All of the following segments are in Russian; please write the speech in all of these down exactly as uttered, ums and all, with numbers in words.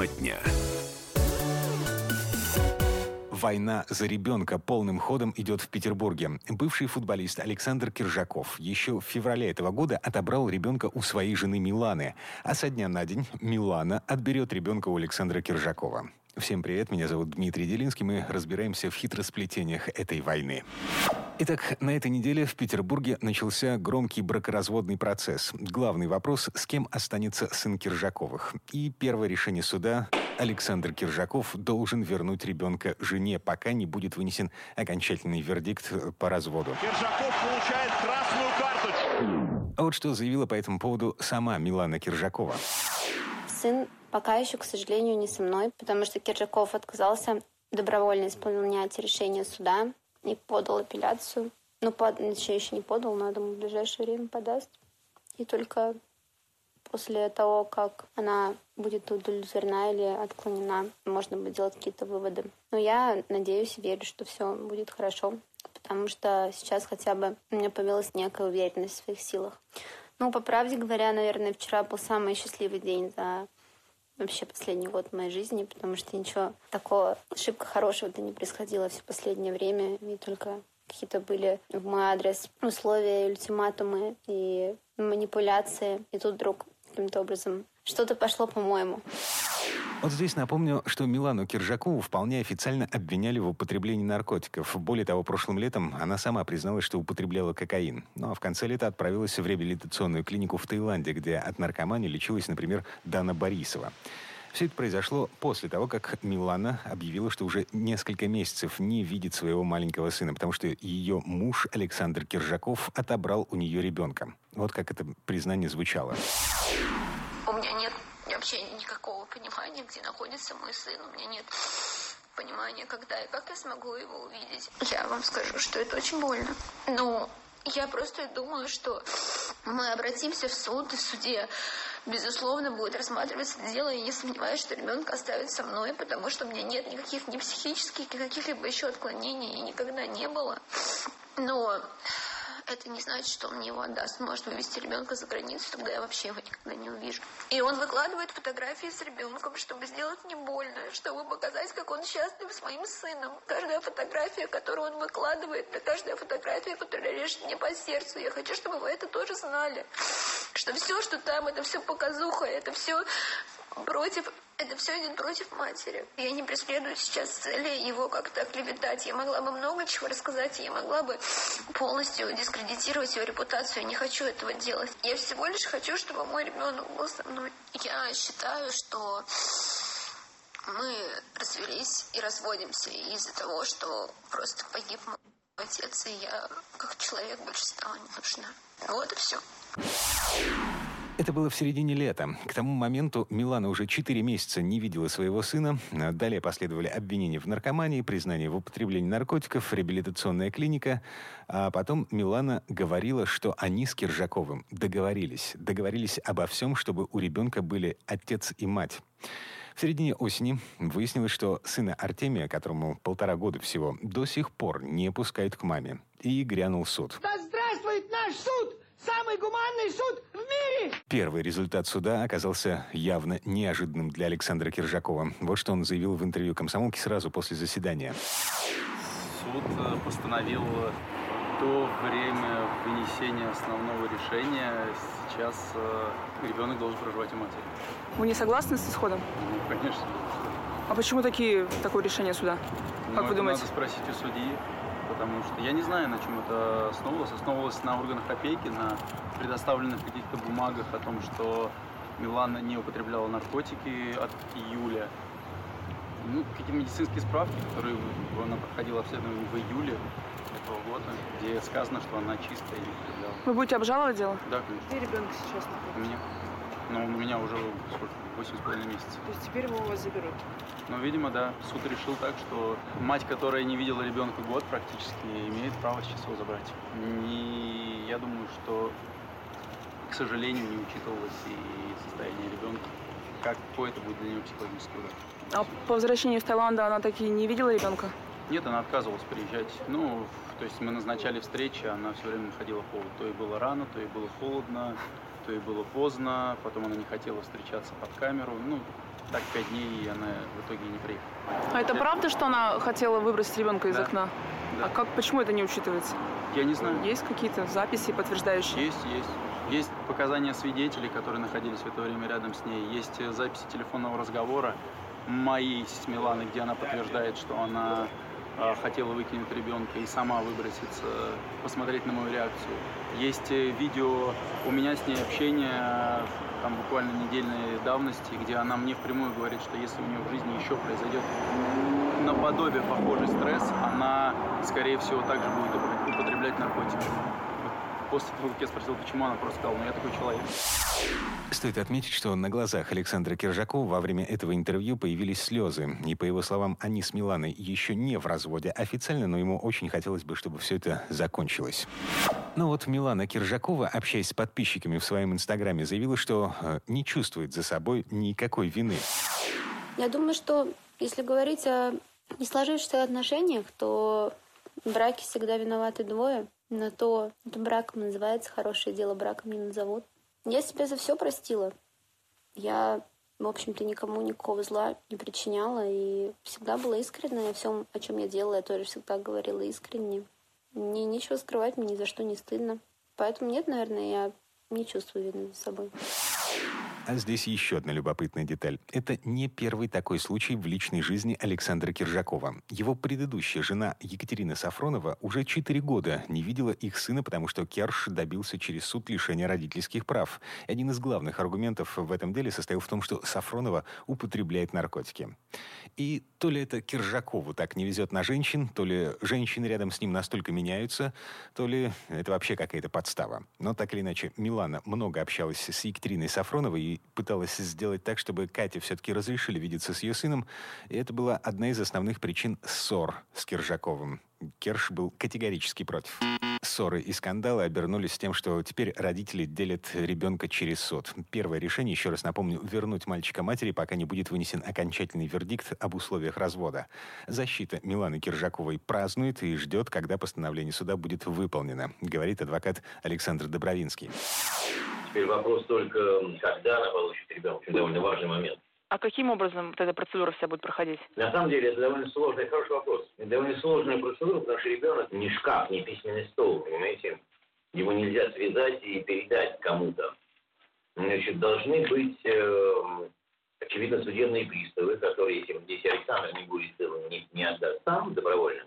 Тема дня. Война за ребенка полным ходом идет в Петербурге. Бывший футболист Александр Киржаков еще в феврале этого года отобрал ребенка у своей жены Миланы. А со дня на день Милана отберет ребенка у Александра Киржакова. Всем привет, меня зовут Дмитрий Делинский. Мы разбираемся в хитросплетениях этой войны. Итак, на этой неделе в Петербурге начался громкий бракоразводный процесс. Главный вопрос – с кем останется сын Киржаковых? И первое решение суда – Александр Киржаков должен вернуть ребенка жене, пока не будет вынесен окончательный вердикт по разводу. Киржаков получает красную карточку. А вот что заявила по этому поводу сама Милана Киржакова. Сын пока еще, к сожалению, не со мной, потому что Киржаков отказался добровольно исполнять решение суда и подал апелляцию. Ну, под... еще, еще не подал, но, я думаю, в ближайшее время подаст. И только после того, как она будет удовлетворена или отклонена, можно будет делать какие-то выводы. Но я надеюсь и верю, что все будет хорошо, потому что сейчас хотя бы у меня появилась некая уверенность в своих силах. Ну, по правде говоря, наверное, вчера был самый счастливый день за вообще последний год моей жизни, потому что ничего такого, ошибка хорошего-то не происходило все последнее время, и только какие-то были в мой адрес условия, ультиматумы и манипуляции, и тут вдруг каким-то образом что-то пошло по-моему. Вот здесь напомню, что Милану Киржакову вполне официально обвиняли в употреблении наркотиков. Более того, прошлым летом она сама призналась, что употребляла кокаин. Ну а в конце лета отправилась в реабилитационную клинику в Таиланде, где от наркомании лечилась, например, Дана Борисова. Все это произошло после того, как Милана объявила, что уже несколько месяцев не видит своего маленького сына, потому что ее муж Александр Киржаков отобрал у нее ребенка. Вот как это признание звучало. У меня нет вообще никакого понимания, где находится мой сын. У меня нет понимания, когда и как я смогу его увидеть. Я вам скажу, что это очень больно. Но я просто думаю, что мы обратимся в суд, и в суде, безусловно, будет рассматриваться это дело. Я не сомневаюсь, что ребенка оставят со мной, потому что у меня нет никаких ни психических, ни каких-либо еще отклонений, и никогда не было. Но это не значит, что он мне его отдаст. Он может вывести ребенка за границу, тогда я вообще его никогда не увижу. И он выкладывает фотографии с ребенком, чтобы сделать мне больно, чтобы показать, как он счастлив с моим сыном. Каждая фотография, которую он выкладывает, это каждая фотография, которая режет мне по сердцу. Я хочу, чтобы вы это тоже знали. Что все, что там, это все показуха, это все против... Это все идет против матери. Я не преследую сейчас цели его как-то оклеветать. Я могла бы много чего рассказать, и я могла бы полностью дискредитировать его репутацию. Я не хочу этого делать. Я всего лишь хочу, чтобы мой ребенок был со мной. Я считаю, что мы развелись и разводимся из-за того, что просто погиб мой отец, и я как человек больше стала не нужна. Вот и все. Это было в середине лета. К тому моменту Милана уже четыре месяца не видела своего сына. Далее последовали обвинения в наркомании, признание в употреблении наркотиков, реабилитационная клиника. А потом Милана говорила, что они с Киржаковым договорились. Договорились обо всем, чтобы у ребенка были отец и мать. В середине осени выяснилось, что сына Артемия, которому полтора года всего, до сих пор не пускают к маме. И грянул суд. Да здравствует наш суд! Самый гуманный суд в мире! Первый результат суда оказался явно неожиданным для Александра Киржакова. Вот что он заявил в интервью «Комсомолки» сразу после заседания. Суд постановил до время вынесения основного решения. Сейчас э, ребенок должен проживать у матери. Вы не согласны с исходом? Ну, конечно. А почему такие, такое решение суда? Ну, как вы думаете? Надо спросить у судьи. Потому что я не знаю, на чем это основывалось. Основывалось на органах опеки, на предоставленных каких-то бумагах о том, что Милана не употребляла наркотики от июля. Ну, какие-то медицинские справки, которые она проходила обследование в июле этого года, где сказано, что она чистая и не употребляла. Вы будете обжаловать дело? Да, конечно. Где ребенок сейчас находится? У меня. Но у меня уже сколько? восемь с половиной месяцев. То есть теперь его у вас заберут? Ну, видимо, да. Суд решил так, что мать, которая не видела ребенка год практически, имеет право сейчас его забрать. И я думаю, что, к сожалению, не учитывалось и состояние ребенка. Какой это будет для нее психологический удар. А по возвращению из Таиланда она таки не видела ребенка? Нет, она отказывалась приезжать. Ну, то есть мы назначали встречи, она все время находила повод. То ей было рано, то ей было холодно, то ей было поздно, потом она не хотела встречаться под камеру. Ну, так пять дней, и она в итоге не приехала. А это правда, что она хотела выбросить ребенка из Да. окна? Да. А как, почему это не учитывается? Я не знаю. Есть какие-то записи, подтверждающие? Есть, есть. Есть показания свидетелей, которые находились в это время рядом с ней. Есть э, записи телефонного разговора моей с Миланой, где она подтверждает, что она э, хотела выкинуть ребенка и сама выброситься, посмотреть на мою реакцию. Есть э, видео у меня с ней общение, э, там буквально недельной давности, где она мне впрямую говорит, что если у нее в жизни еще произойдет наподобие похожий стресс, она, скорее всего, также будет употреблять наркотики. После того, как я спросил, почему, она просто сказала, ну я такой человек. Стоит отметить, что на глазах Александра Киржакова во время этого интервью появились слезы. И, по его словам, они с Миланой еще не в разводе официально, но ему очень хотелось бы, чтобы все это закончилось. Но вот Милана Киржакова, общаясь с подписчиками в своем инстаграме, заявила, что э, не чувствует за собой никакой вины. Я думаю, что если говорить о не сложившихся отношениях, то в браке всегда виноваты двое. Но то это браком называется, хорошее дело браком не назовут. Я себя за все простила. Я, в общем-то, никому никакого зла не причиняла и всегда была искренна. Во всем, о чем я делала, я тоже всегда говорила искренне. Мне нечего скрывать, мне ни за что не стыдно. Поэтому нет, наверное, я не чувствую вины за собой. А здесь еще одна любопытная деталь. Это не первый такой случай в личной жизни Александра Киржакова. Его предыдущая жена Екатерина Сафронова уже четыре года не видела их сына, потому что Керш добился через суд лишения родительских прав. И один из главных аргументов в этом деле состоял в том, что Сафронова употребляет наркотики. И то ли это Киржакову так не везет на женщин, то ли женщины рядом с ним настолько меняются, то ли это вообще какая-то подстава. Но так или иначе, Милана много общалась с Екатериной Сафроновой и пыталась сделать так, чтобы Кате все-таки разрешили видеться с ее сыном. И это была одна из основных причин ссор с Киржаковым. Керш был категорически против. Ссоры и скандалы обернулись тем, что теперь родители делят ребенка через суд. Первое решение, еще раз напомню, вернуть мальчика матери, пока не будет вынесен окончательный вердикт об условиях развода. Защита Миланы Киржаковой празднует и ждет, когда постановление суда будет выполнено, говорит адвокат Александр Добровинский. Теперь вопрос только, когда она получит ребенка. Довольно важный момент. А каким образом вот эта процедура вся будет проходить? На самом деле это довольно сложный, хороший вопрос. Это довольно сложная процедура, потому что ребенок не шкаф, не письменный стол, понимаете? Его нельзя связать и передать кому-то. Значит, должны быть, э, очевидно, судебные приставы, которые, если, если Александр не будет не, не отдаст сам добровольно,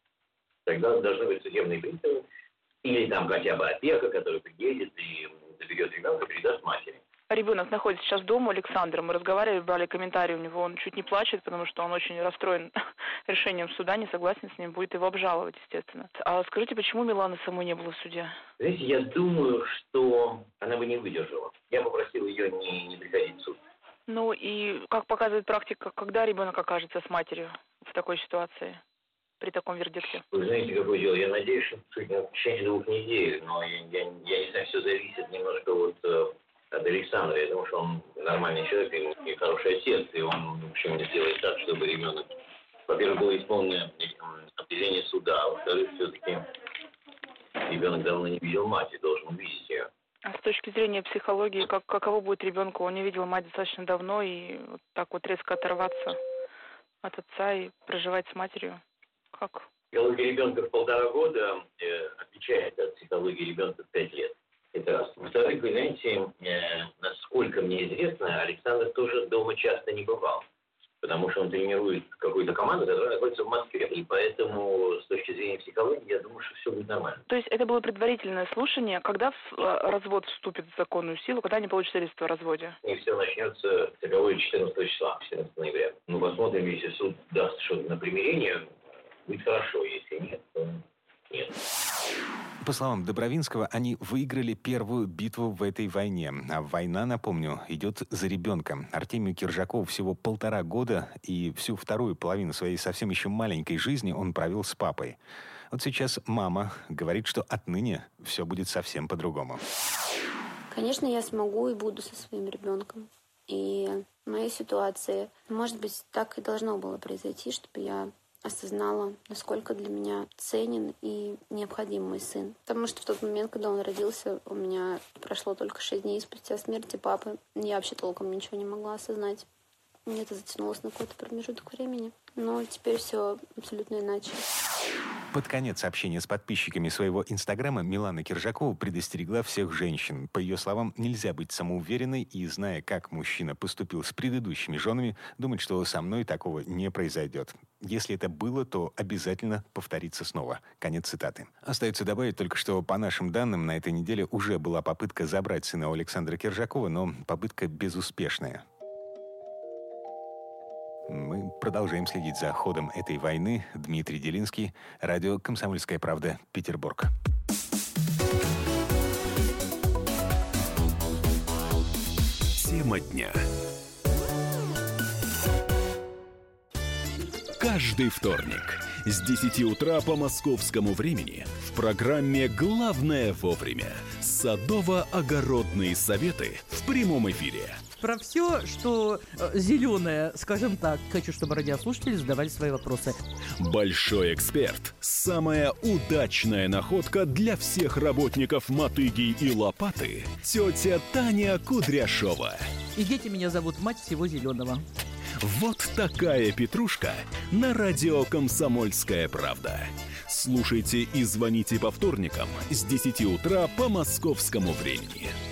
тогда должны быть судебные приставы, или там хотя бы опека, которая приедет и заберет ребенка, передаст матери. Ребенок находится сейчас дома, Александр. Мы разговаривали, брали комментарии у него. Он чуть не плачет, потому что он очень расстроен решением суда, не согласен с ним, будет его обжаловать, естественно. А скажите, почему Миланы самой не было в суде? Знаете, я думаю, что она бы не выдержала. Я попросил ее не, не приходить в суд. Ну и как показывает практика, когда ребенок окажется с матерью в такой ситуации, при таком вердикте? Вы знаете, какое дело? Я надеюсь, что в течение двух недель, но я, я, я не знаю, все зависит немножко от... от Александра. Я думаю, что он нормальный человек и, и хороший отец, и он, в общем, сделает так, чтобы ребенок, во-первых, было исполнено определение суда, а во-вторых, все-таки ребенок давно не видел мать и должен увидеть ее. А с точки зрения психологии, как, каково будет ребенку? Он не видел мать достаточно давно, и вот так вот резко оторваться от отца и проживать с матерью? Как? Психология ребенка в полтора года э, отличается от психологии ребенка в пять лет. Это раз. Во-вторых, вы знаете, э, насколько мне известно, Александр тоже дома часто не бывал. Потому что он тренирует какую-то команду, которая находится в Москве. И поэтому, с точки зрения психологии, я думаю, что все будет нормально. То есть это было предварительное слушание, когда в, э, развод вступит в законную силу, когда они получат свидетельство о разводе? И все начнется таковое четырнадцатого числа, четырнадцатого ноября. Ну, посмотрим, если суд даст что-то на примирение, будет хорошо. Если нет, то нет. По словам Добровинского, они выиграли первую битву в этой войне. А война, напомню, идет за ребенком. Артемию Киржакову всего полтора года, и всю вторую половину своей совсем еще маленькой жизни он провел с папой. Вот сейчас мама говорит, что отныне все будет совсем по-другому. Конечно, я смогу и буду со своим ребенком. И в моей ситуации, может быть, так и должно было произойти, чтобы я осознала, насколько для меня ценен и необходим мой сын. Потому что в тот момент, когда он родился, у меня прошло только шесть дней спустя смерти папы. Я вообще толком ничего не могла осознать. это затянулось на какой-то промежуток времени. Но теперь все абсолютно иначе. Под конец общения с подписчиками своего инстаграма Милана Киржакова предостерегла всех женщин. По ее словам, нельзя быть самоуверенной и, зная, как мужчина поступил с предыдущими женами, думать, что со мной такого не произойдет. Если это было, то обязательно повторится снова. Конец цитаты. Остается добавить только, что по нашим данным на этой неделе уже была попытка забрать сына у Александра Киржакова, но попытка безуспешная. Мы продолжаем следить за ходом этой войны. Дмитрий Делинский, радио «Комсомольская правда», Петербург. Тема дня. Каждый вторник с десяти утра по московскому времени в программе «Главное вовремя» садово-огородные советы в прямом эфире. Про все, что э, зеленое, скажем так. Хочу, чтобы радиослушатели задавали свои вопросы. Большой эксперт. Самая удачная находка для всех работников мотыги и лопаты. Тетя Таня Кудряшова. И дети меня зовут мать всего зеленого. Вот такая петрушка на радио «Комсомольская правда». Слушайте и звоните по вторникам с десяти утра по московскому времени.